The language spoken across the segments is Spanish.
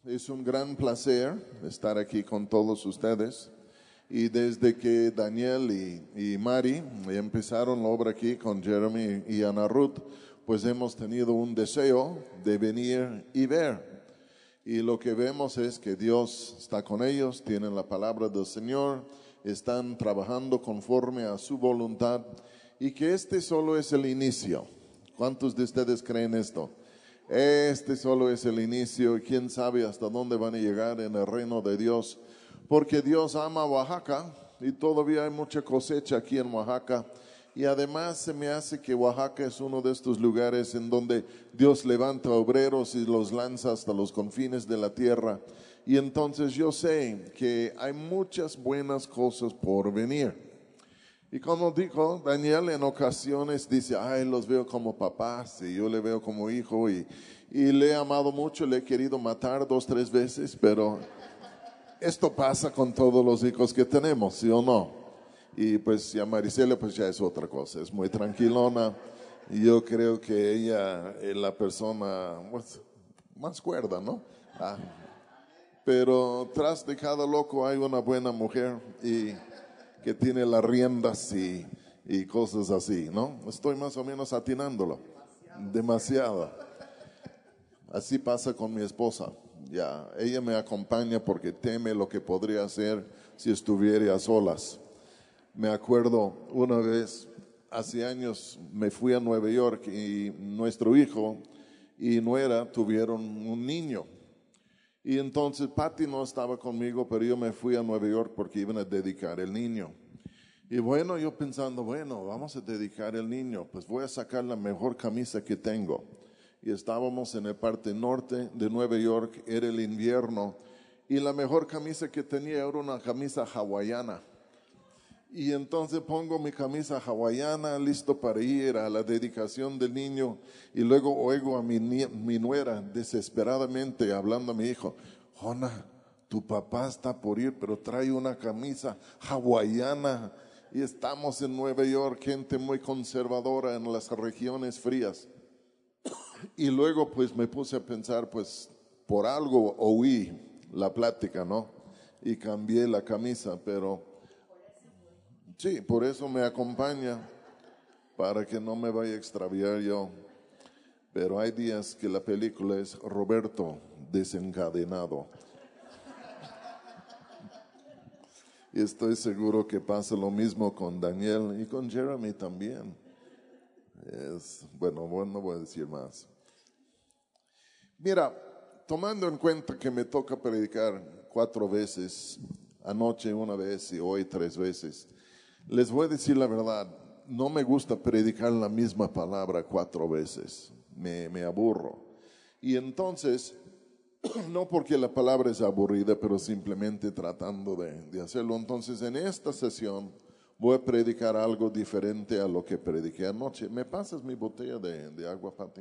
Es un gran placer estar aquí con todos ustedes. Y desde que Daniel y Mari empezaron la obra aquí con Jeremy y Ana Ruth, pues hemos tenido un deseo de venir y ver. Y lo que vemos es que Dios está con ellos, tienen la palabra del Señor, están trabajando conforme a su voluntad y que este solo es el inicio. ¿Cuántos de ustedes creen esto? Este solo es el inicio y quién sabe hasta dónde van a llegar en el reino de Dios. Porque Dios ama Oaxaca y todavía hay mucha cosecha aquí en Oaxaca. Y además se me hace que Oaxaca es uno de estos lugares en donde Dios levanta obreros y los lanza hasta los confines de la tierra. Y entonces yo sé que hay muchas buenas cosas por venir. Y como dijo Daniel, en ocasiones dice, ay, los veo como papás y yo le veo como hijo y le he amado mucho, le he querido matar 2, 3 veces, pero esto pasa con todos los hijos que tenemos, ¿sí o no? Y pues ya Maricela pues ya es otra cosa, es muy tranquilona y yo creo que ella es la persona pues, más cuerda, ¿no? Pero tras de cada loco hay una buena mujer y que tiene las riendas y cosas así, ¿no? Estoy más o menos atinándolo. Demasiado. Así pasa con mi esposa. Ya, ella me acompaña porque teme lo que podría hacer si estuviera a solas. Me acuerdo una vez, hace años, me fui a Nueva York y nuestro hijo y nuera tuvieron un niño. Y entonces Patty no estaba conmigo, pero yo me fui a Nueva York porque iban a dedicar el niño. Y bueno, yo pensando, bueno, vamos a dedicar el niño, pues voy a sacar la mejor camisa que tengo. Y estábamos en la parte norte de Nueva York, era el invierno, y la mejor camisa que tenía era una camisa hawaiana. Y entonces pongo mi camisa hawaiana, listo para ir a la dedicación del niño, y luego oigo a mi nuera desesperadamente hablando a mi hijo, Jona, tu papá está por ir, pero trae una camisa hawaiana, y estamos en Nueva York, gente muy conservadora en las regiones frías. Y luego pues me puse a pensar, pues por algo oí la plática, ¿no? Y cambié la camisa, pero sí, por eso me acompaña, para que no me vaya a extraviar yo. Pero hay días que la película es Roberto desencadenado. Y estoy seguro que pasa lo mismo con Daniel y con Jeremy también. Bueno, no voy a decir más. Mira, tomando en cuenta que me toca predicar 4 veces, anoche una vez y hoy 3 veces, les voy a decir la verdad, no me gusta predicar la misma palabra 4 veces, me aburro. Y entonces, no porque la palabra es aburrida, pero simplemente tratando de hacerlo. Entonces, en esta sesión voy a predicar algo diferente a lo que prediqué anoche. ¿Me pasas mi botella de agua, Pati?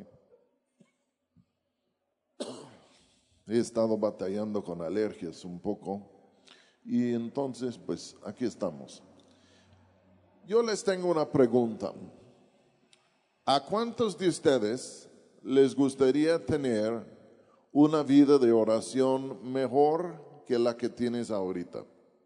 He estado batallando con alergias un poco y entonces, pues, aquí estamos. Yo les tengo una pregunta. ¿A cuántos de ustedes les gustaría tener una vida de oración mejor que la que tienes ahorita?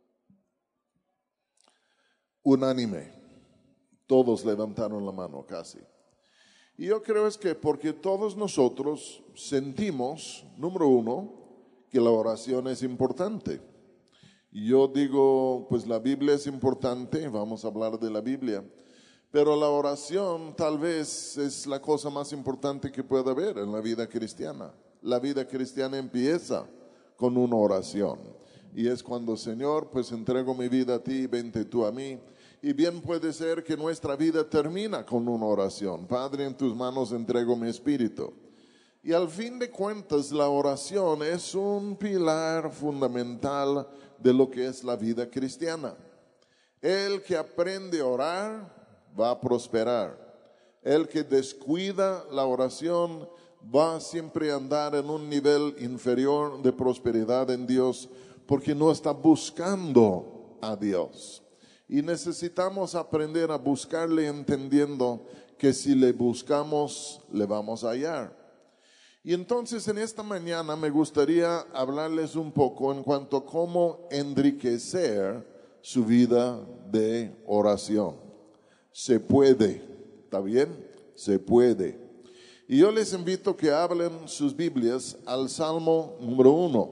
Unánime. Todos levantaron la mano casi. Y yo creo es que porque todos nosotros sentimos, número uno, que la oración es importante. Y yo digo, pues la Biblia es importante, vamos a hablar de la Biblia, pero la oración tal vez es la cosa más importante que puede haber en la vida cristiana. La vida cristiana empieza con una oración. Y es cuando, Señor, pues entrego mi vida a ti, vente tú a mí. Y bien puede ser que nuestra vida termina con una oración. Padre, en tus manos entrego mi espíritu. Y al fin de cuentas, la oración es un pilar fundamental de lo que es la vida cristiana. El que aprende a orar va a prosperar. El que descuida la oración va siempre a andar en un nivel inferior de prosperidad en Dios, porque no está buscando a Dios. Y necesitamos aprender a buscarle entendiendo que si le buscamos, le vamos a hallar. Y entonces en esta mañana me gustaría hablarles un poco en cuanto a cómo enriquecer su vida de oración. Se puede, ¿está bien? Se puede. Y yo les invito a que hablen sus Biblias al Salmo número 1.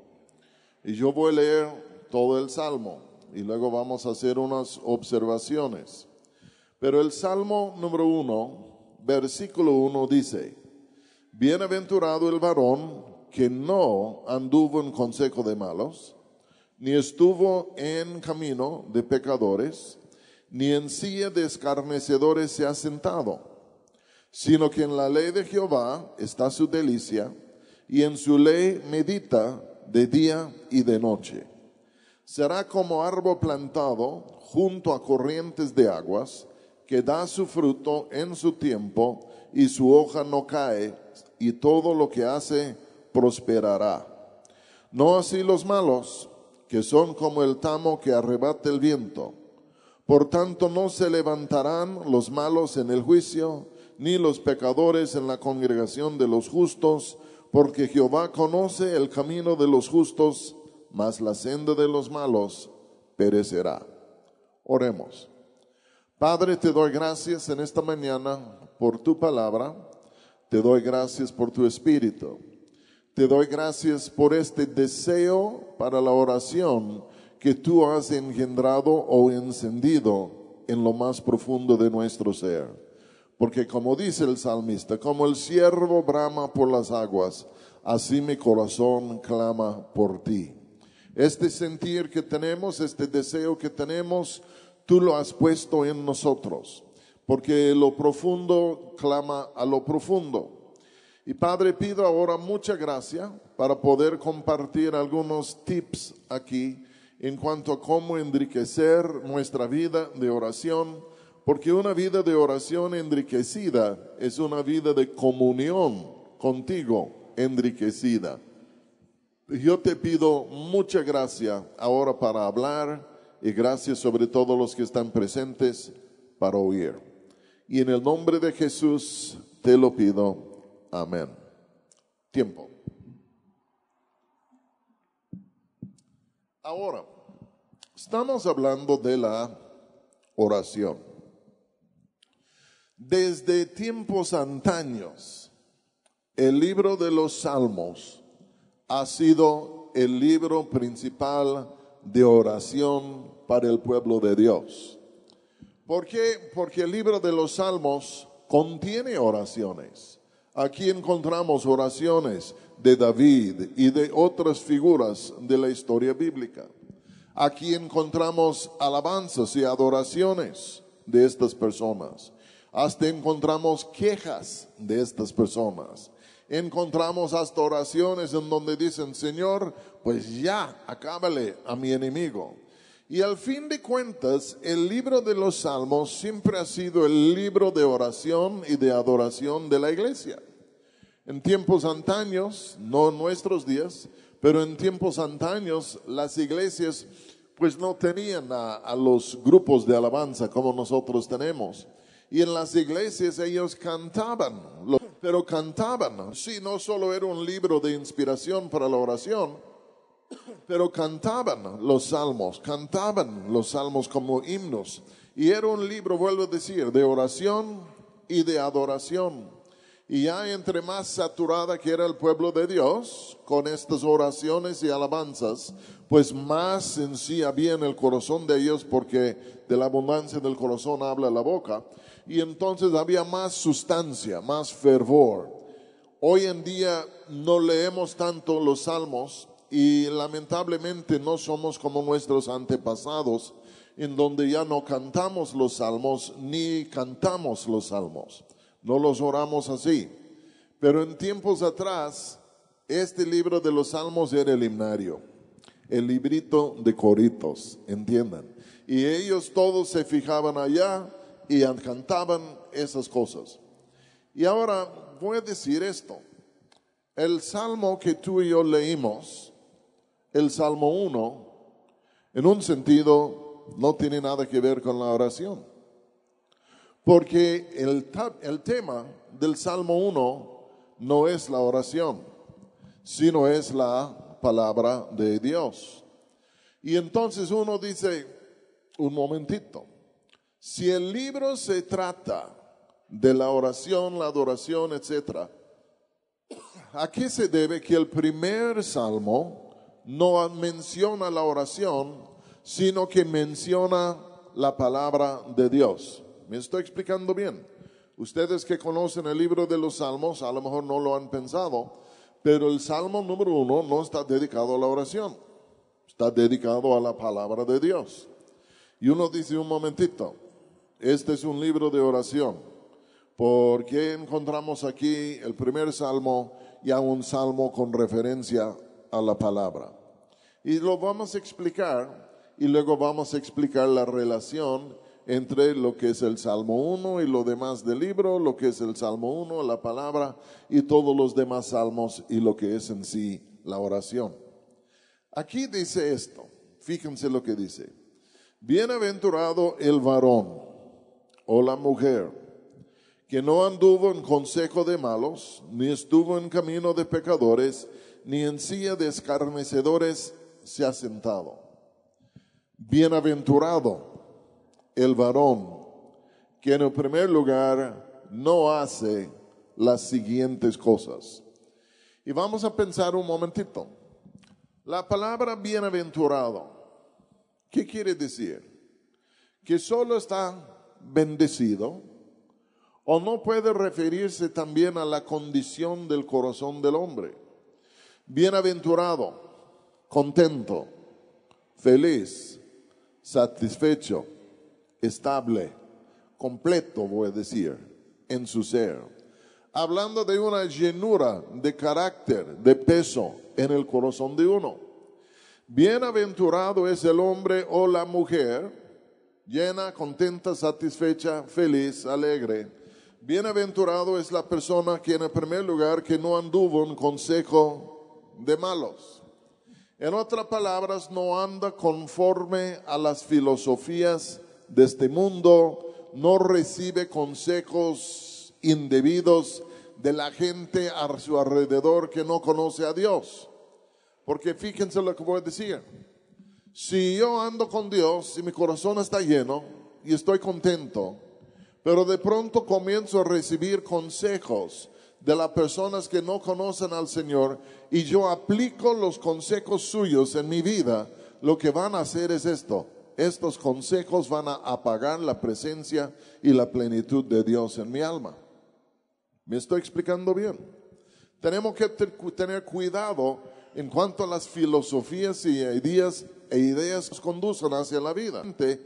Y yo voy a leer todo el Salmo y luego vamos a hacer unas observaciones. Pero el Salmo número 1, versículo 1 dice: Bienaventurado el varón que no anduvo en consejo de malos, ni estuvo en camino de pecadores, ni en silla de escarnecedores se ha sentado, sino que en la ley de Jehová está su delicia, y en su ley medita de día y de noche. Será como árbol plantado junto a corrientes de aguas, que da su fruto en su tiempo, y su hoja no cae, y todo lo que hace prosperará. No así los malos, que son como el tamo que arrebata el viento. Por tanto no se levantarán los malos en el juicio, ni los pecadores en la congregación de los justos, porque Jehová conoce el camino de los justos, mas la senda de los malos perecerá. Oremos. Padre, te doy gracias en esta mañana por tu palabra. Te doy gracias por tu Espíritu. Te doy gracias por este deseo para la oración que tú has engendrado o encendido en lo más profundo de nuestro ser. Porque como dice el salmista, como el ciervo brama por las aguas, así mi corazón clama por ti. Este sentir que tenemos, este deseo que tenemos, tú lo has puesto en nosotros. Porque lo profundo clama a lo profundo. Y Padre, pido ahora mucha gracia para poder compartir algunos tips aquí en cuanto a cómo enriquecer nuestra vida de oración, porque una vida de oración enriquecida es una vida de comunión contigo enriquecida. Yo te pido mucha gracia ahora para hablar y gracias sobre todo los que están presentes para oír. Y en el nombre de Jesús te lo pido. Amén. Tiempo. Ahora, estamos hablando de la oración. Desde tiempos antaños, el libro de los Salmos ha sido el libro principal de oración para el pueblo de Dios. ¿Por qué? Porque el libro de los Salmos contiene oraciones. Aquí encontramos oraciones de David y de otras figuras de la historia bíblica. Aquí encontramos alabanzas y adoraciones de estas personas. Hasta encontramos quejas de estas personas. Encontramos hasta oraciones en donde dicen: Señor, pues ya, acábale a mi enemigo. Y al fin de cuentas, el libro de los Salmos siempre ha sido el libro de oración y de adoración de la iglesia. En tiempos antaños, no en nuestros días, pero en tiempos antaños las iglesias pues no tenían a los grupos de alabanza como nosotros tenemos. Y en las iglesias ellos cantaban, pero cantaban. Sí, no solo era un libro de inspiración para la oración, pero cantaban los salmos como himnos. Y era un libro, vuelvo a decir, de oración y de adoración. Y ya entre más saturada que era el pueblo de Dios con estas oraciones y alabanzas, pues más en sí había en el corazón de ellos, porque de la abundancia del corazón habla la boca. Y entonces había más sustancia, más fervor. Hoy en día no leemos tanto los salmos y lamentablemente no somos como nuestros antepasados, en donde ya no cantamos los salmos ni cantamos los salmos. No los oramos así. Pero en tiempos atrás, este libro de los salmos era el himnario, el librito de coritos, entiendan. Y ellos todos se fijaban allá y cantaban esas cosas. Y ahora voy a decir esto. El salmo que tú y yo leímos, el Salmo 1, en un sentido no tiene nada que ver con la oración. Porque el tema del Salmo 1 no es la oración, sino es la palabra de Dios. Y entonces uno dice, un momentito, si el libro se trata de la oración, la adoración, etc., ¿a qué se debe que el primer salmo no menciona la oración, sino que menciona la palabra de Dios? ¿Me estoy explicando bien? Ustedes que conocen el libro de los salmos, a lo mejor no lo han pensado, pero el salmo número 1 no está dedicado a la oración, está dedicado a la palabra de Dios. Y uno dice, un momentito, este es un libro de oración. ¿Por qué encontramos aquí el primer salmo y a un salmo con referencia a la palabra? Y lo vamos a explicar y luego vamos a explicar la relación entre lo que es el Salmo 1 y lo demás del libro, lo que es el Salmo 1, la palabra y todos los demás salmos y lo que es en sí la oración. Aquí dice esto, fíjense lo que dice. Bienaventurado el varón o la mujer que no anduvo en consejo de malos, ni estuvo en camino de pecadores, ni en silla de escarnecedores se ha sentado. Bienaventurado el varón que en el primer lugar no hace las siguientes cosas. Y vamos a pensar un momentito. La palabra bienaventurado, ¿qué quiere decir? Que solo está bendecido, o no puede referirse también a la condición del corazón del hombre. Bienaventurado, contento, feliz, satisfecho, estable, completo, voy a decir, en su ser. Hablando de una llenura de carácter, de peso en el corazón de uno. Bienaventurado es el hombre o la mujer, llena, contenta, satisfecha, feliz, alegre. Bienaventurado es la persona que en el primer lugar que no anduvo en consejo de malos. En otras palabras, no anda conforme a las filosofías de este mundo, no recibe consejos indebidos de la gente a su alrededor que no conoce a Dios. Porque fíjense lo que voy a decir. Si yo ando con Dios y mi corazón está lleno y estoy contento, pero de pronto comienzo a recibir consejos de las personas que no conocen al Señor y yo aplico los consejos suyos en mi vida, lo que van a hacer es esto. Estos consejos van a apagar la presencia y la plenitud de Dios en mi alma. ¿Me estoy explicando bien? Tenemos que tener cuidado en cuanto a las filosofías y ideas que conducen hacia la vida.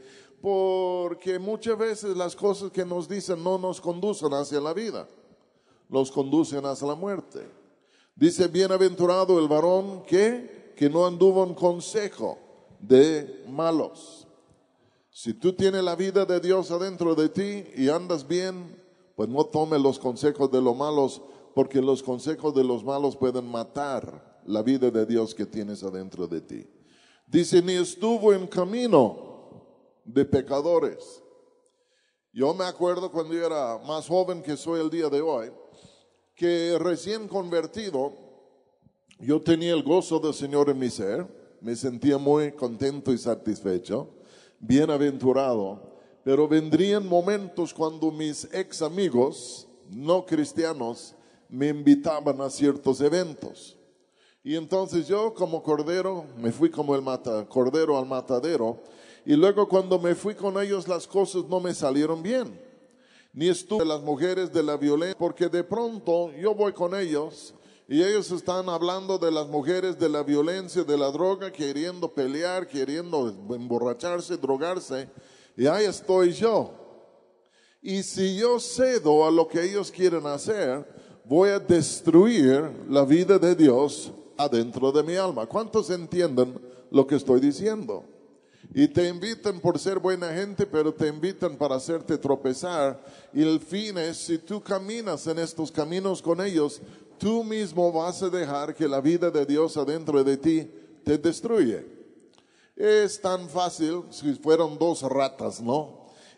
Porque muchas veces las cosas que nos dicen no nos conducen hacia la vida, los conducen hacia la muerte. Dice, bienaventurado el varón que no anduvo en consejo de malos. Si tú tienes la vida de Dios adentro de ti y andas bien, pues no tomes los consejos de los malos, porque los consejos de los malos pueden matar la vida de Dios que tienes adentro de ti. Dice, ni estuvo en camino de pecadores. Yo me acuerdo cuando yo era más joven que soy el día de hoy, que recién convertido, yo tenía el gozo del Señor en mi ser, me sentía muy contento y satisfecho, bienaventurado, pero vendrían momentos cuando mis ex amigos no cristianos me invitaban a ciertos eventos. Y entonces yo como cordero, me fui como el cordero al matadero. Y luego cuando me fui con ellos las cosas no me salieron bien. Ni estuve las mujeres de la violencia, porque de pronto yo voy con ellos y ellos están hablando de las mujeres, de la violencia, de la droga, queriendo pelear, queriendo emborracharse, drogarse. Y ahí estoy yo. Y si yo cedo a lo que ellos quieren hacer, voy a destruir la vida de Dios adentro de mi alma. ¿Cuántos entienden lo que estoy diciendo? Y te invitan por ser buena gente, pero te invitan para hacerte tropezar. Y el fin es, si tú caminas en estos caminos con ellos, tú mismo vas a dejar que la vida de Dios adentro de ti te destruye. Es tan fácil si fueron dos ratas, ¿no?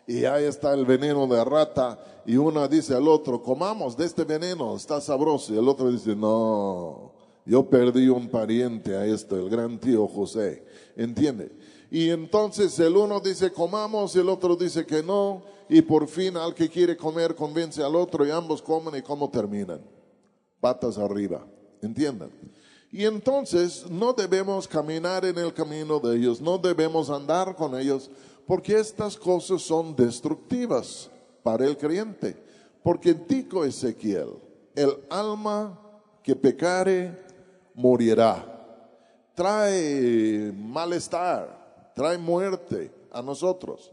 y ahí está el veneno de rata, y uno dice al otro, comamos de este veneno, está sabroso, y el otro dice, no, yo perdí un pariente a esto, el gran tío José, ¿entiende? Y entonces el uno dice comamos, el otro dice que no, y por fin al que quiere comer convence al otro, y ambos comen, y ¿cómo terminan? Patas arriba, ¿entienden? Y entonces no debemos caminar en el camino de ellos, no debemos andar con ellos, porque estas cosas son destructivas para el creyente. Porque dijo Ezequiel, el alma que pecare morirá. Trae malestar, trae muerte a nosotros.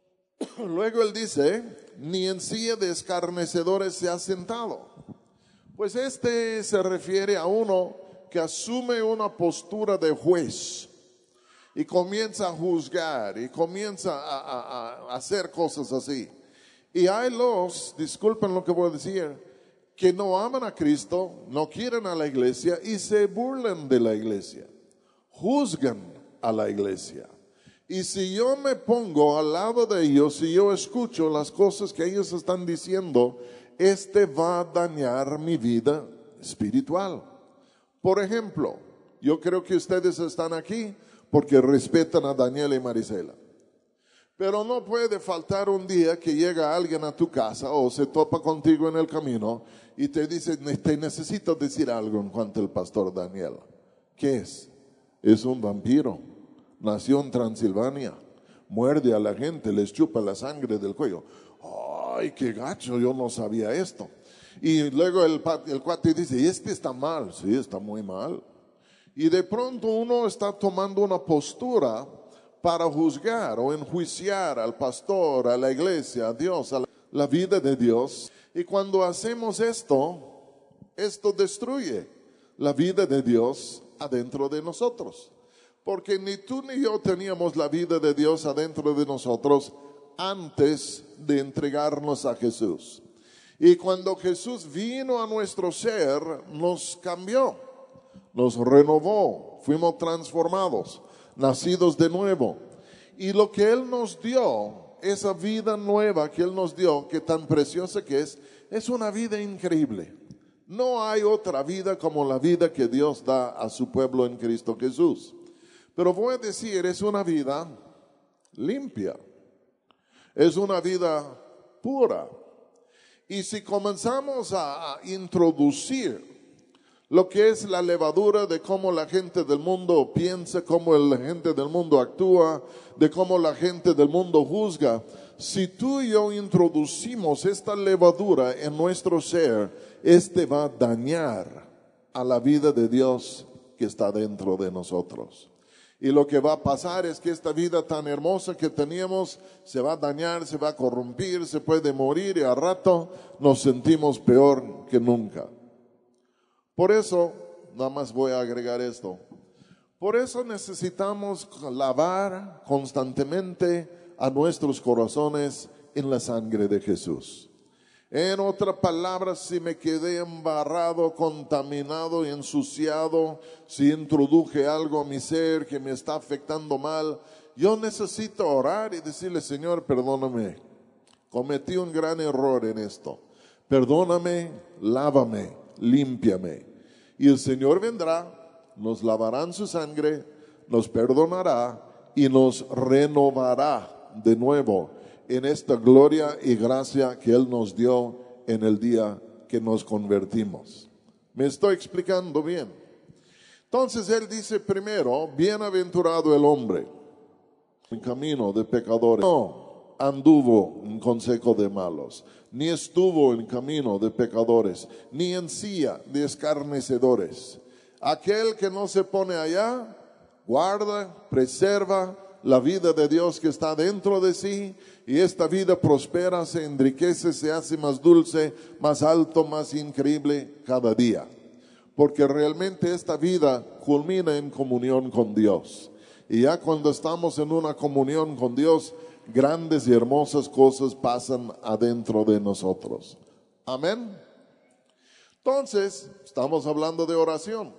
Luego él dice, ni en silla de escarnecedores se ha sentado. Pues este se refiere a uno que asume una postura de juez y comienza a juzgar y comienza a hacer cosas así. Y hay disculpen lo que voy a decir, que no aman a Cristo, no quieren a la iglesia y se burlan de la iglesia, juzgan a la iglesia. Y si yo me pongo al lado de ellos, si yo escucho las cosas que ellos están diciendo, va a dañar mi vida espiritual. Por ejemplo, yo creo que ustedes están aquí porque respetan a Daniel y Marisela. Pero no puede faltar un día que llega alguien a tu casa o se topa contigo en el camino y te dice, te necesito decir algo en cuanto al pastor Daniel. ¿Qué es? Es un vampiro. Nació en Transilvania. Muerde a la gente, les chupa la sangre del cuello. Ay, qué gacho, yo no sabía esto. Y luego el cuate dice, y este está mal. Sí, está muy mal. Y de pronto uno está tomando una postura para juzgar o enjuiciar al pastor, a la iglesia, a Dios, a la vida de Dios. Y cuando hacemos esto destruye la vida de Dios adentro de nosotros. Porque ni tú ni yo teníamos la vida de Dios adentro de nosotros antes de entregarnos a Jesús. Y cuando Jesús vino a nuestro ser, nos cambió, nos renovó, fuimos transformados, nacidos de nuevo. Y lo que Él nos dio, esa vida nueva que Él nos dio, que tan preciosa que es una vida increíble. No hay otra vida como la vida que Dios da a su pueblo en Cristo Jesús. Pero voy a decir, es una vida limpia, es una vida pura. Y si comenzamos a introducir lo que es la levadura de cómo la gente del mundo piensa, cómo la gente del mundo actúa, de cómo la gente del mundo juzga, si tú y yo introducimos esta levadura en nuestro ser, va a dañar a la vida de Dios que está dentro de nosotros. Y lo que va a pasar es que esta vida tan hermosa que teníamos se va a dañar, se va a corrompir, se puede morir y al rato nos sentimos peor que nunca. Por eso, nada más voy a agregar esto. Por eso necesitamos lavar constantemente a nuestros corazones en la sangre de Jesús. En otras palabras, si me quedé embarrado, contaminado y ensuciado, si introduje algo a mi ser que me está afectando mal, yo necesito orar y decirle, Señor, perdóname, cometí un gran error en esto. Perdóname, lávame, límpiame. Y el Señor vendrá, nos lavará en su sangre, nos perdonará y nos renovará de nuevo en esta gloria y gracia que Él nos dio en el día que nos convertimos. ¿Me estoy explicando bien? Entonces Él dice primero, bienaventurado el hombre en camino de pecadores. No anduvo en consejo de malos, ni estuvo en camino de pecadores, ni en silla de escarnecedores. Aquel que no se pone allá, guarda, preserva la vida de Dios que está dentro de sí, y esta vida prospera, se enriquece, se hace más dulce, más alto, más increíble cada día. Porque realmente esta vida culmina en comunión con Dios. Y ya cuando estamos en una comunión con Dios, grandes y hermosas cosas pasan adentro de nosotros. Amén. Entonces, estamos hablando de oración,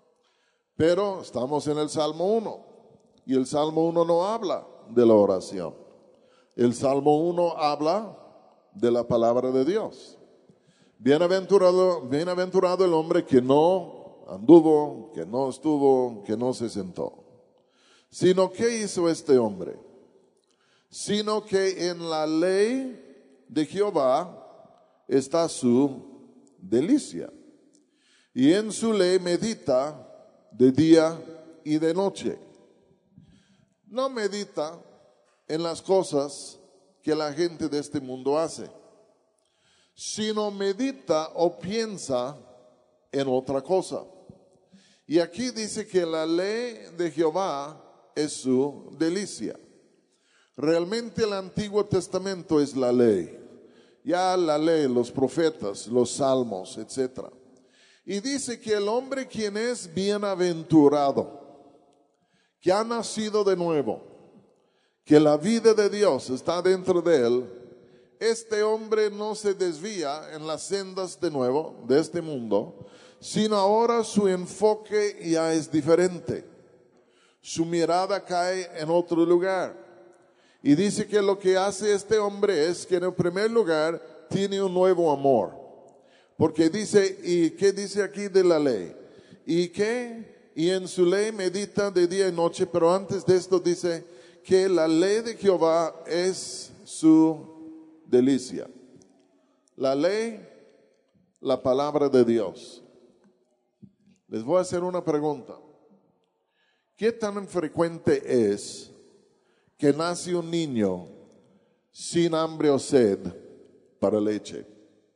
pero estamos en el Salmo 1. Y el Salmo 1 no habla de la oración. El Salmo 1 habla de la palabra de Dios. Bienaventurado el hombre que no anduvo, que no estuvo, que no se sentó. Sino, ¿qué hizo este hombre? Sino que en la ley de Jehová está su delicia. Y en su ley medita de día y de noche. No medita en las cosas que la gente de este mundo hace, sino medita o piensa en otra cosa. Y aquí dice que la ley de Jehová es su delicia. Realmente el Antiguo Testamento es la ley. Ya la ley, los profetas, los salmos, etc. Y dice que el hombre quien es bienaventurado, que ha nacido de nuevo, que la vida de Dios está dentro de él, este hombre no se desvía en las sendas de nuevo de este mundo, sino ahora su enfoque ya es diferente. Su mirada cae en otro lugar. Y dice que lo que hace este hombre es que en el primer lugar tiene un nuevo amor. Porque dice, ¿y qué dice aquí de la ley? ¿Y qué? Y en su ley medita de día y noche, pero antes de esto dice que la ley de Jehová es su delicia. La ley, la palabra de Dios. Les voy a hacer una pregunta. ¿Qué tan frecuente es que nace un niño sin hambre o sed para leche?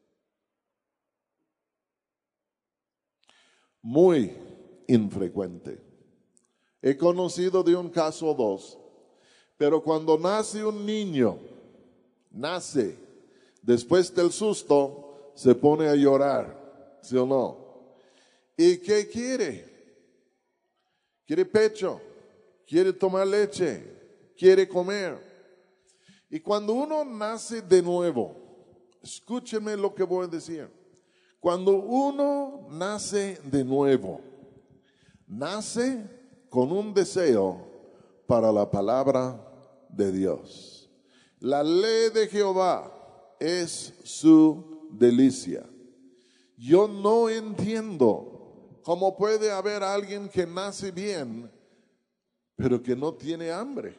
Muy infrecuente. He conocido de un caso o dos, pero cuando nace un niño, después del susto, se pone a llorar, ¿sí o no? ¿Y qué quiere? Quiere pecho, quiere tomar leche, quiere comer. Y cuando uno nace de nuevo, escúcheme lo que voy a decir. Cuando uno nace de nuevo, nace con un deseo para la palabra de Dios. La ley de Jehová es su delicia. Yo no entiendo cómo puede haber alguien que nace bien, pero que no tiene hambre.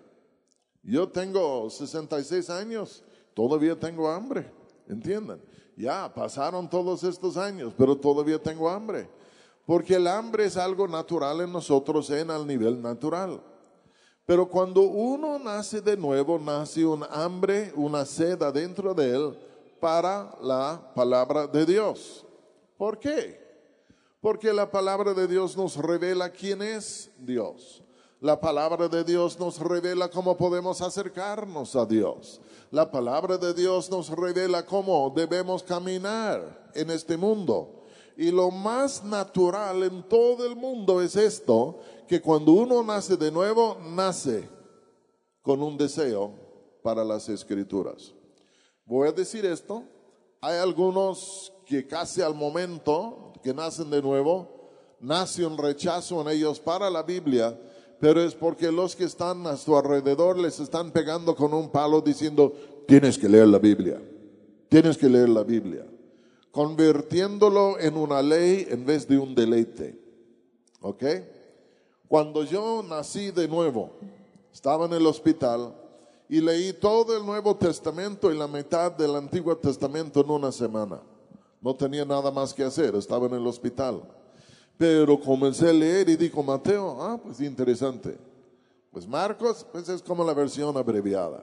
Yo tengo 66 años, todavía tengo hambre, ¿entienden? Ya pasaron todos estos años, pero todavía tengo hambre. Porque el hambre es algo natural en nosotros al nivel natural. Pero cuando uno nace de nuevo, nace un hambre, una sed adentro de él para la palabra de Dios. ¿Por qué? Porque la palabra de Dios nos revela quién es Dios. La palabra de Dios nos revela cómo podemos acercarnos a Dios. La palabra de Dios nos revela cómo debemos caminar en este mundo. Y lo más natural en todo el mundo es esto, que cuando uno nace de nuevo, nace con un deseo para las Escrituras. Voy a decir esto, hay algunos que casi al momento que nacen de nuevo, nace un rechazo en ellos para la Biblia, pero es porque los que están a su alrededor les están pegando con un palo diciendo, tienes que leer la Biblia, tienes que leer la Biblia, convirtiéndolo en una ley en vez de un deleite. ¿Ok? Cuando yo nací de nuevo, estaba en el hospital y leí todo el Nuevo Testamento y la mitad del Antiguo Testamento en una semana. No tenía nada más que hacer, estaba en el hospital. Pero comencé a leer y dijo, Mateo, pues interesante. Pues Marcos, pues es como la versión abreviada.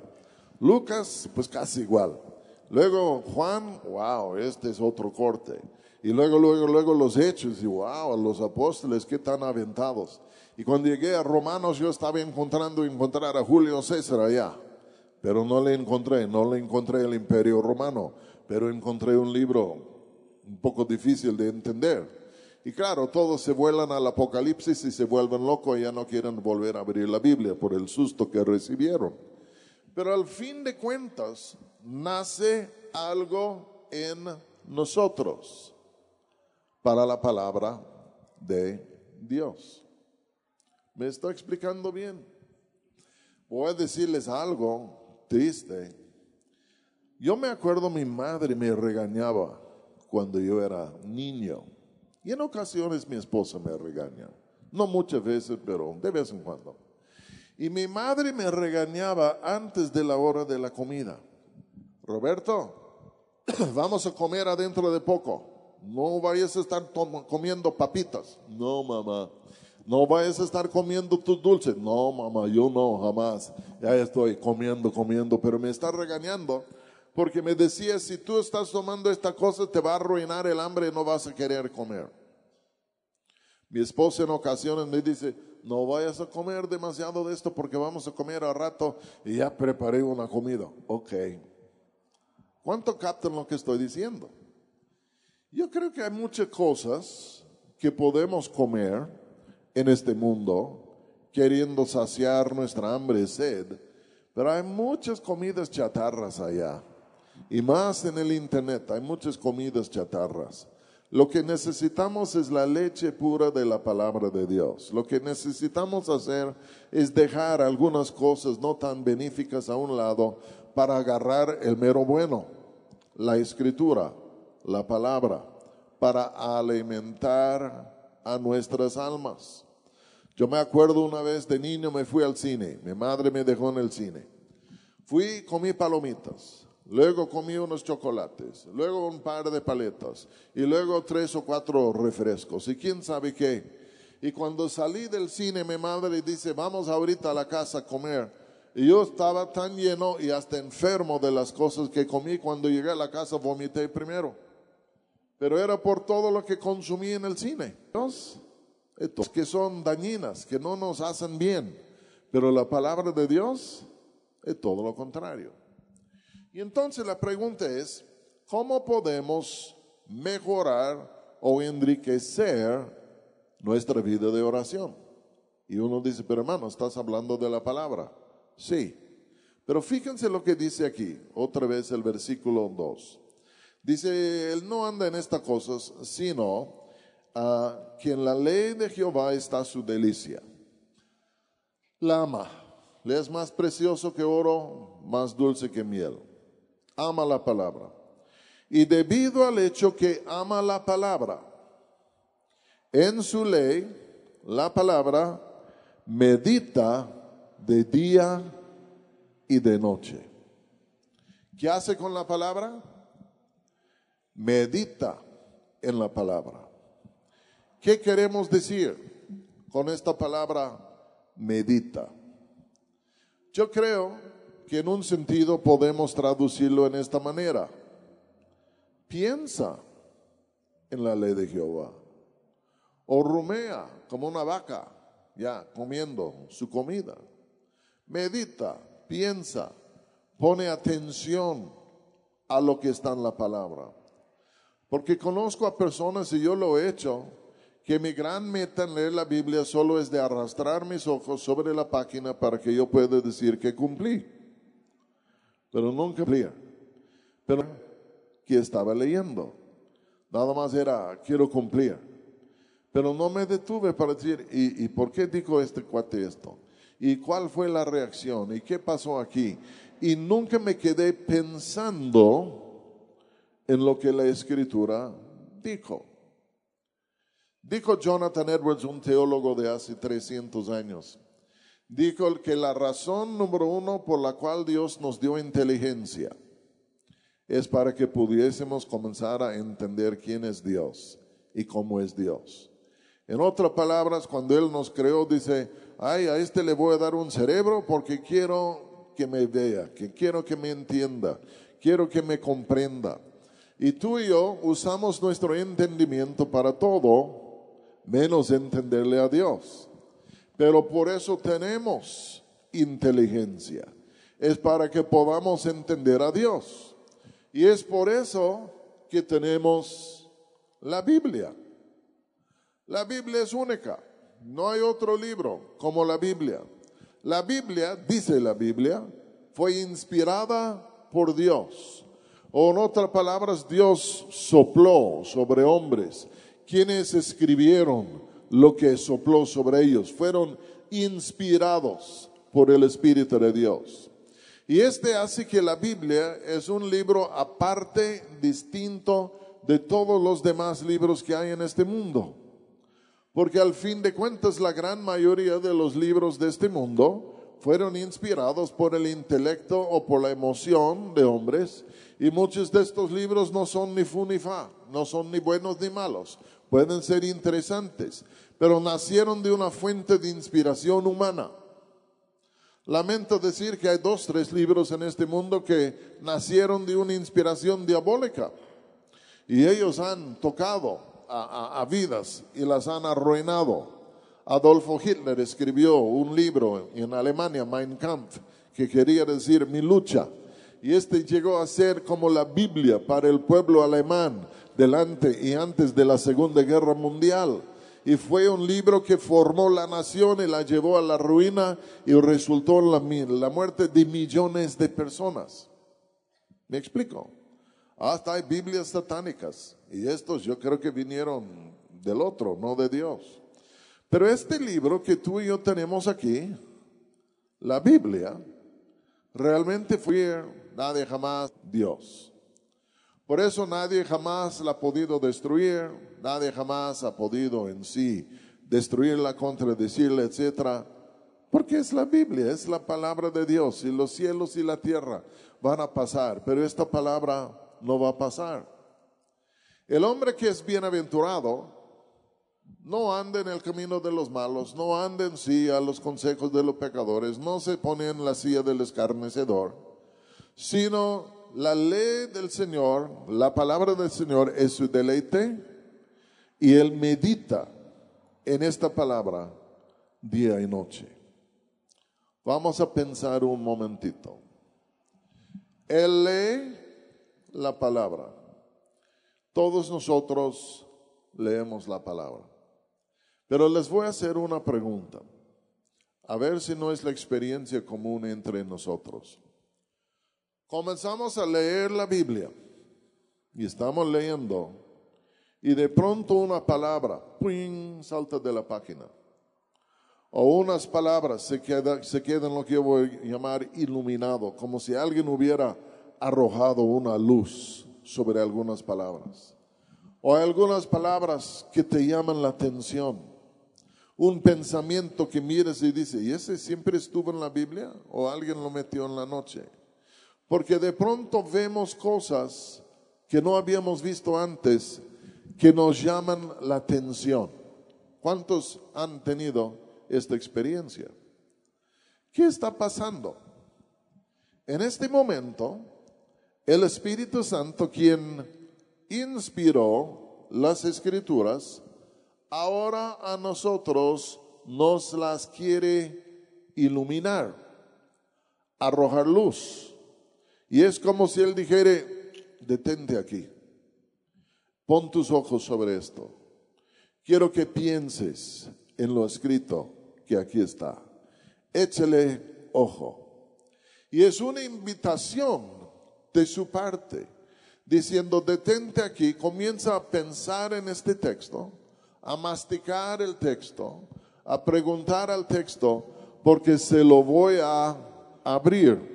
Lucas, pues casi igual. Luego Juan, wow, este es otro corte. Y luego los Hechos, y wow, los apóstoles, qué tan aventados. Y cuando llegué a Romanos, yo estaba encontrar a Julio César allá. Pero no le encontré el Imperio Romano, pero encontré un libro un poco difícil de entender. Y claro, todos se vuelan al Apocalipsis y se vuelven locos y ya no quieren volver a abrir la Biblia por el susto que recibieron. Pero al fin de cuentas, nace algo en nosotros para la palabra de Dios. ¿Me estoy explicando bien? Voy a decirles algo triste. Yo me acuerdo mi madre me regañaba cuando yo era niño. Y en ocasiones mi esposa me regaña. No muchas veces, pero de vez en cuando. Y mi madre me regañaba antes de la hora de la comida. Roberto, vamos a comer adentro de poco. No vayas a estar comiendo papitas. No, mamá. No vayas a estar comiendo tus dulces. No, mamá, yo no, jamás. Ya estoy comiendo, pero me está regañando porque me decía, si tú estás tomando esta cosa, te va a arruinar el hambre y no vas a querer comer. Mi esposa en ocasiones me dice, no vayas a comer demasiado de esto porque vamos a comer al rato y ya preparé una comida. Ok. ¿Cuánto captan lo que estoy diciendo? Yo creo que hay muchas cosas que podemos comer en este mundo, queriendo saciar nuestra hambre y sed, pero hay muchas comidas chatarras allá, y más en el internet, hay muchas comidas chatarras. Lo que necesitamos es la leche pura de la palabra de Dios. Lo que necesitamos hacer es dejar algunas cosas no tan benéficas a un lado para agarrar el mero bueno, la escritura, la palabra, para alimentar a nuestras almas. Yo me acuerdo una vez de niño me fui al cine, mi madre me dejó en el cine. Fui, comí palomitas, luego comí unos chocolates, luego un par de paletas y luego 3 o 4 refrescos y quién sabe qué. Y cuando salí del cine mi madre dice, vamos ahorita a la casa a comer. Y yo estaba tan lleno y hasta enfermo de las cosas que comí, cuando llegué a la casa vomité primero. Pero era por todo lo que consumí en el cine. Estos que son dañinas, que no nos hacen bien, pero la palabra de Dios es todo lo contrario. Y entonces la pregunta es, ¿cómo podemos mejorar o enriquecer nuestra vida de oración? Y uno dice, pero hermano, ¿estás hablando de la palabra? Sí, pero fíjense lo que dice aquí, otra vez el versículo 2. Dice, él no anda en estas cosas, sino que en la ley de Jehová está su delicia. La ama, le es más precioso que oro, más dulce que miel. Ama la palabra. Y debido al hecho que ama la palabra, en su ley, la palabra, medita de día y de noche. ¿Qué hace con la palabra? Medita en la palabra. ¿Qué queremos decir con esta palabra medita? Yo creo que en un sentido podemos traducirlo en esta manera. Piensa en la ley de Jehová. O rumea como una vaca, ya comiendo su comida. Medita, piensa, pone atención a lo que está en la palabra. Porque conozco a personas, y yo lo he hecho, que mi gran meta en leer la Biblia solo es de arrastrar mis ojos sobre la página para que yo pueda decir que cumplí. Pero nunca cumplía. Pero que estaba leyendo. Nada más era, quiero cumplir. Pero no me detuve para decir, ¿y por qué dijo este cuate esto? ¿Y cuál fue la reacción? ¿Y qué pasó aquí? Y nunca me quedé pensando en lo que la Escritura dijo. Dijo Jonathan Edwards, un teólogo de hace 300 años, dijo que la razón número 1 por la cual Dios nos dio inteligencia es para que pudiésemos comenzar a entender quién es Dios y cómo es Dios. En otras palabras, cuando Él nos creó, dice, ay, a este le voy a dar un cerebro porque quiero que me vea, que quiero que me entienda, quiero que me comprenda. Y tú y yo usamos nuestro entendimiento para todo, menos entenderle a Dios. Pero por eso tenemos inteligencia. Es para que podamos entender a Dios. Y es por eso que tenemos la Biblia. La Biblia es única. No hay otro libro como la Biblia. La Biblia, dice la Biblia, fue inspirada por Dios. O en otras palabras, Dios sopló sobre hombres, quienes escribieron lo que sopló sobre ellos. Fueron inspirados por el Espíritu de Dios. Y hace que la Biblia es un libro aparte, distinto de todos los demás libros que hay en este mundo. Porque al fin de cuentas la gran mayoría de los libros de este mundo fueron inspirados por el intelecto o por la emoción de hombres, y muchos de estos libros no son ni fu ni fa, no son ni buenos ni malos, pueden ser interesantes, pero nacieron de una fuente de inspiración humana. Lamento decir que hay 2, 3 libros en este mundo que nacieron de una inspiración diabólica, y ellos han tocado a vidas y las han arruinado. Adolfo Hitler escribió un libro en Alemania, Mein Kampf, que quería decir mi lucha. Y llegó a ser como la Biblia para el pueblo alemán delante y antes de la Segunda Guerra Mundial. Y fue un libro que formó la nación y la llevó a la ruina y resultó en la muerte de millones de personas. ¿Me explico? Hasta hay Biblias satánicas. Y estos yo creo que vinieron del otro, no de Dios. Pero este libro que tú y yo tenemos aquí, la Biblia, realmente fue nadie jamás Dios. Por eso nadie jamás la ha podido destruir, nadie jamás ha podido en sí destruirla, contradecirla, etcétera. Porque es la Biblia, es la palabra de Dios, y los cielos y la tierra van a pasar, pero esta palabra no va a pasar. El hombre que es bienaventurado no anda en el camino de los malos, no anda en sí a los consejos de los pecadores, no se pone en la silla del escarnecedor, sino la ley del Señor, la palabra del Señor es su deleite, y él medita en esta palabra día y noche. Vamos a pensar un momentito. Él lee la palabra. Todos nosotros leemos la palabra. Pero les voy a hacer una pregunta, a ver si no es la experiencia común entre nosotros. Comenzamos a leer la Biblia y estamos leyendo, y de pronto una palabra ¡puing!, salta de la página. O unas palabras se quedan lo que yo voy a llamar iluminado, como si alguien hubiera arrojado una luz sobre algunas palabras. O hay algunas palabras que te llaman la atención. Un pensamiento que miras y dices, ¿y ese siempre estuvo en la Biblia? ¿O alguien lo metió en la noche? Porque de pronto vemos cosas que no habíamos visto antes, que nos llaman la atención. ¿Cuántos han tenido esta experiencia? ¿Qué está pasando? En este momento, el Espíritu Santo, quien inspiró las Escrituras, ahora a nosotros nos las quiere iluminar, arrojar luz. Y es como si Él dijera, detente aquí, pon tus ojos sobre esto. Quiero que pienses en lo escrito que aquí está. Échale ojo. Y es una invitación de su parte, diciendo, detente aquí, comienza a pensar en este texto, a masticar el texto, a preguntar al texto, porque se lo voy a abrir.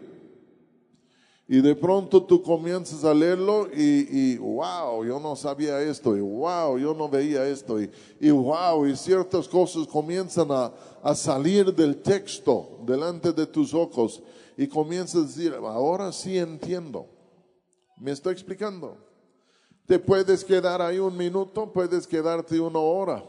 Y de pronto tú comienzas a leerlo y wow, yo no sabía esto, y wow, yo no veía esto, y wow, y ciertas cosas comienzan a salir del texto delante de tus ojos, y comienzas a decir, ahora sí entiendo. ¿Me estoy explicando? Te puedes quedar ahí un minuto, puedes quedarte 1 hora,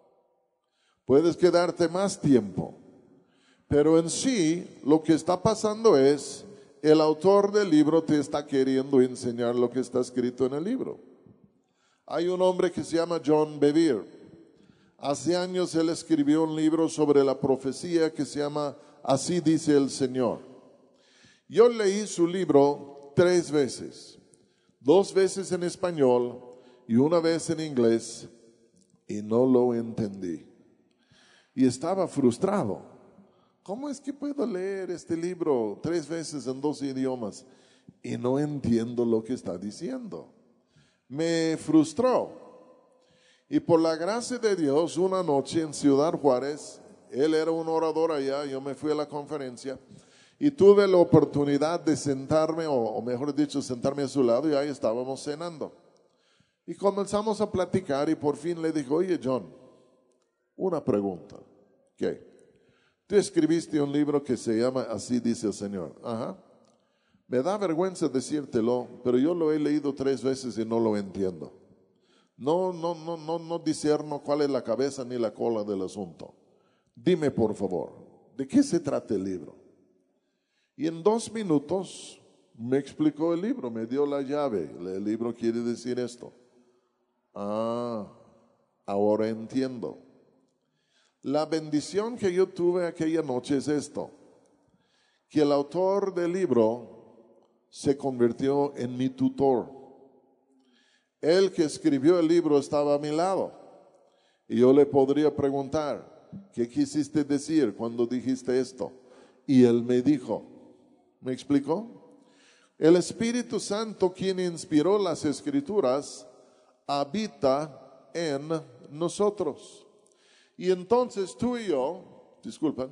puedes quedarte más tiempo, pero en sí lo que está pasando es, el autor del libro te está queriendo enseñar lo que está escrito en el libro. Hay un hombre que se llama John Bevere. Hace años él escribió un libro sobre la profecía que se llama Así dice el Señor. Yo leí su libro 3 veces, 2 veces en español y 1 vez en inglés, y no lo entendí. Y estaba frustrado. ¿Cómo es que puedo leer este libro 3 veces en 2 idiomas y no entiendo lo que está diciendo? Me frustró. Y por la gracia de Dios, una noche en Ciudad Juárez, él era un orador allá, yo me fui a la conferencia, Y tuve la oportunidad de sentarme, o mejor dicho, sentarme a su lado, y ahí estábamos cenando. Y comenzamos a platicar y por fin le dijo, oye John, una pregunta. ¿Qué? Tú escribiste un libro que se llama Así dice el Señor. Ajá. Me da vergüenza decírtelo, pero yo lo he leído 3 veces y no lo entiendo. No discerno cuál es la cabeza ni la cola del asunto. Dime por favor, ¿de qué se trata el libro? Y en 2 minutos me explicó el libro, me dio la llave. El libro quiere decir esto. Ah, ahora entiendo. La bendición que yo tuve aquella noche es esto, que el autor del libro se convirtió en mi tutor. El que escribió el libro estaba a mi lado y yo le podría preguntar, ¿qué quisiste decir cuando dijiste esto? Y él me dijo, ¿me explicó? El Espíritu Santo, quien inspiró las Escrituras, habita en nosotros. Y entonces tú y yo, disculpen,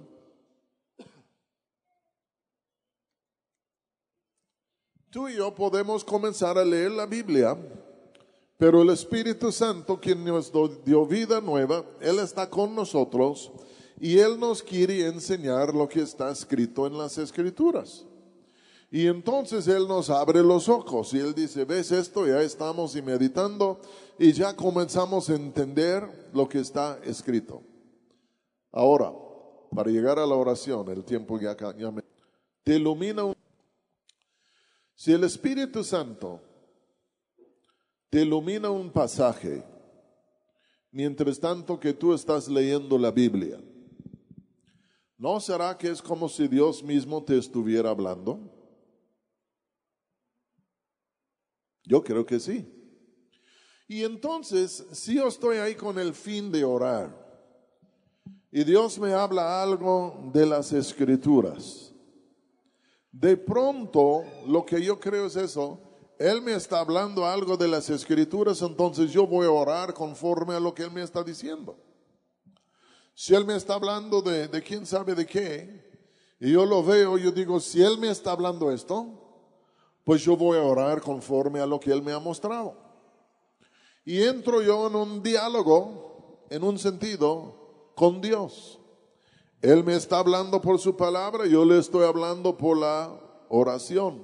tú y yo podemos comenzar a leer la Biblia, pero el Espíritu Santo, quien nos dio vida nueva, Él está con nosotros y Él nos quiere enseñar lo que está escrito en las Escrituras. Y entonces Él nos abre los ojos y Él dice, ¿ves esto? Ya estamos y meditando y ya comenzamos a entender lo que está escrito. Ahora, para llegar a la oración, el tiempo ya te ilumina. Si el Espíritu Santo te ilumina un pasaje, mientras tanto que tú estás leyendo la Biblia, ¿no será que es como si Dios mismo te estuviera hablando? Yo creo que sí. Y entonces, si yo estoy ahí con el fin de orar, y Dios me habla algo de las Escrituras, de pronto lo que yo creo es eso, Él me está hablando algo de las Escrituras, entonces yo voy a orar conforme a lo que Él me está diciendo. Si Él me está hablando de quién sabe de qué, y yo lo veo, yo digo, si Él me está hablando esto, pues yo voy a orar conforme a lo que Él me ha mostrado. Y entro yo en un diálogo, en un sentido, con Dios. Él me está hablando por su palabra, yo le estoy hablando por la oración.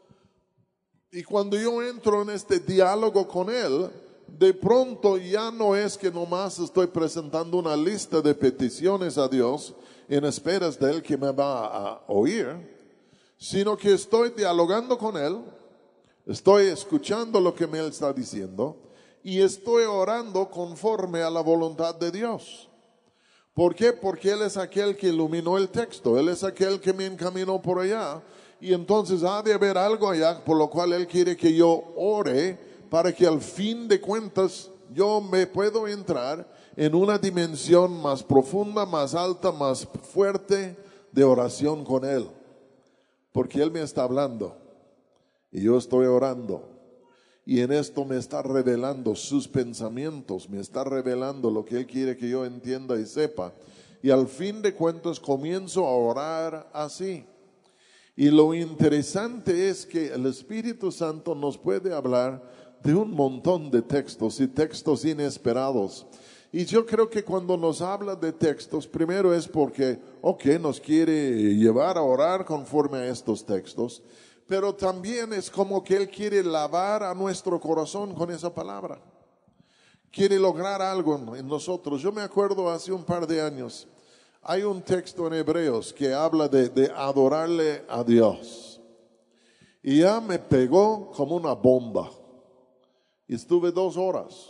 Y cuando yo entro en este diálogo con Él, de pronto ya no es que nomás estoy presentando una lista de peticiones a Dios en esperas de Él que me va a oír, sino que estoy dialogando con Él, estoy escuchando lo que Él está diciendo y estoy orando conforme a la voluntad de Dios. ¿Por qué? Porque Él es aquel que iluminó el texto, Él es aquel que me encaminó por allá y entonces ha de haber algo allá por lo cual Él quiere que yo ore para que al fin de cuentas yo me puedo entrar en una dimensión más profunda, más alta, más fuerte de oración con Él. Porque Él me está hablando y yo estoy orando. Y en esto me está revelando sus pensamientos, me está revelando lo que Él quiere que yo entienda y sepa. Y al fin de cuentas comienzo a orar así. Y lo interesante es que el Espíritu Santo nos puede hablar de un montón de textos y textos inesperados. Y yo creo que cuando nos habla de textos, primero es porque, nos quiere llevar a orar conforme a estos textos. Pero también es como que Él quiere lavar a nuestro corazón con esa palabra. Quiere lograr algo en nosotros. Yo me acuerdo hace un par de años, hay un texto en Hebreos que habla de adorarle a Dios. Y ya me pegó como una bomba. Y estuve 2 horas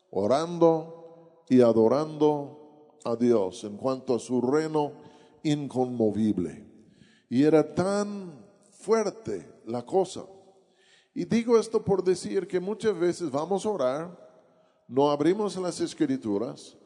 orando y adorando a Dios en cuanto a su reino inconmovible. Y era tan fuerte la cosa. Y digo esto por decir que muchas veces vamos a orar, no abrimos las Escrituras,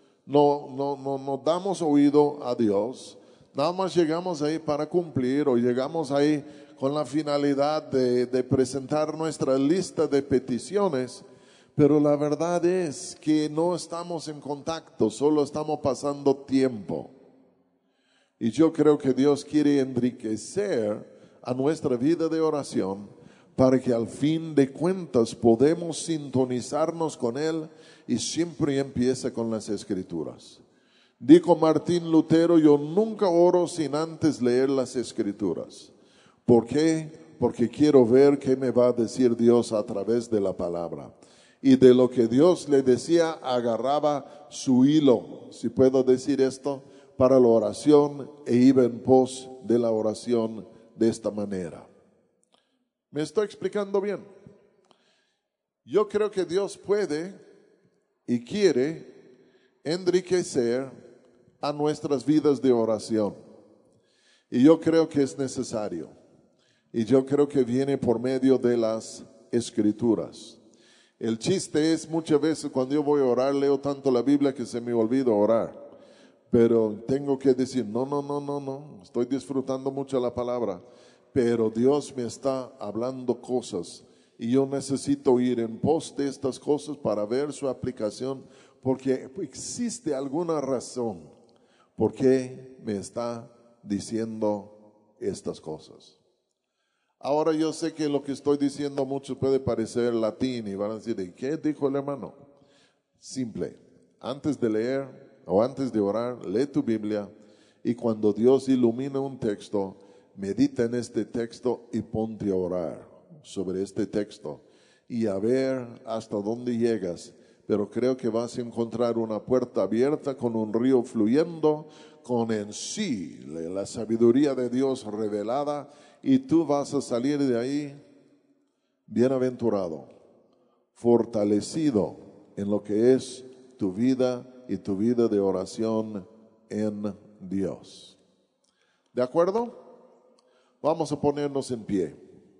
no damos oído a Dios, nada más llegamos ahí para cumplir o llegamos ahí con la finalidad de presentar nuestra lista de peticiones, pero la verdad es que no estamos en contacto, solo estamos pasando tiempo. Y yo creo que Dios quiere enriquecer a nuestra vida de oración para que al fin de cuentas podemos sintonizarnos con Él y siempre empiece con las Escrituras. Dijo Martín Lutero, yo nunca oro sin antes leer las Escrituras. ¿Por qué? Porque quiero ver qué me va a decir Dios a través de la palabra. Y de lo que Dios le decía, agarraba su hilo, si puedo decir esto, para la oración e iba en pos de la oración de esta manera. ¿Me estoy explicando bien? Yo creo que Dios puede y quiere enriquecer a nuestras vidas de oración. Y yo creo que es necesario. Y yo creo que viene por medio de las Escrituras. El chiste es muchas veces cuando yo voy a orar, leo tanto la Biblia que se me olvida orar. Pero tengo que decir, no, estoy disfrutando mucho la palabra, pero Dios me está hablando cosas y yo necesito ir en pos de estas cosas para ver su aplicación, porque existe alguna razón por qué me está diciendo estas cosas. Ahora yo sé que lo que estoy diciendo a muchos puede parecer latín y van a decir, ¿qué dijo el hermano? Simple, antes de leer o antes de orar, lee tu Biblia y cuando Dios ilumina un texto, medita en este texto y ponte a orar sobre este texto y a ver hasta dónde llegas. Pero creo que vas a encontrar una puerta abierta con un río fluyendo, con en sí la sabiduría de Dios revelada y tú vas a salir de ahí bienaventurado, fortalecido en lo que es tu vida y tu vida de oración en Dios. ¿De acuerdo? Vamos a ponernos en pie.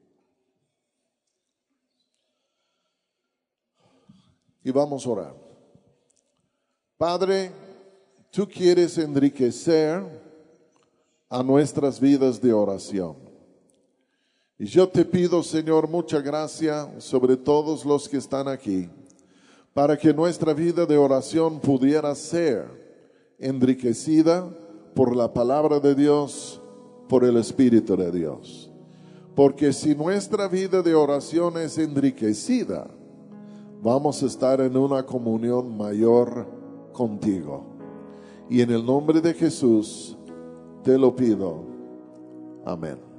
Y vamos a orar. Padre, tú quieres enriquecer a nuestras vidas de oración. Y yo te pido, Señor, mucha gracia sobre todos los que están aquí, para que nuestra vida de oración pudiera ser enriquecida por la palabra de Dios, por el Espíritu de Dios. Porque si nuestra vida de oración es enriquecida, vamos a estar en una comunión mayor contigo. Y en el nombre de Jesús te lo pido. Amén.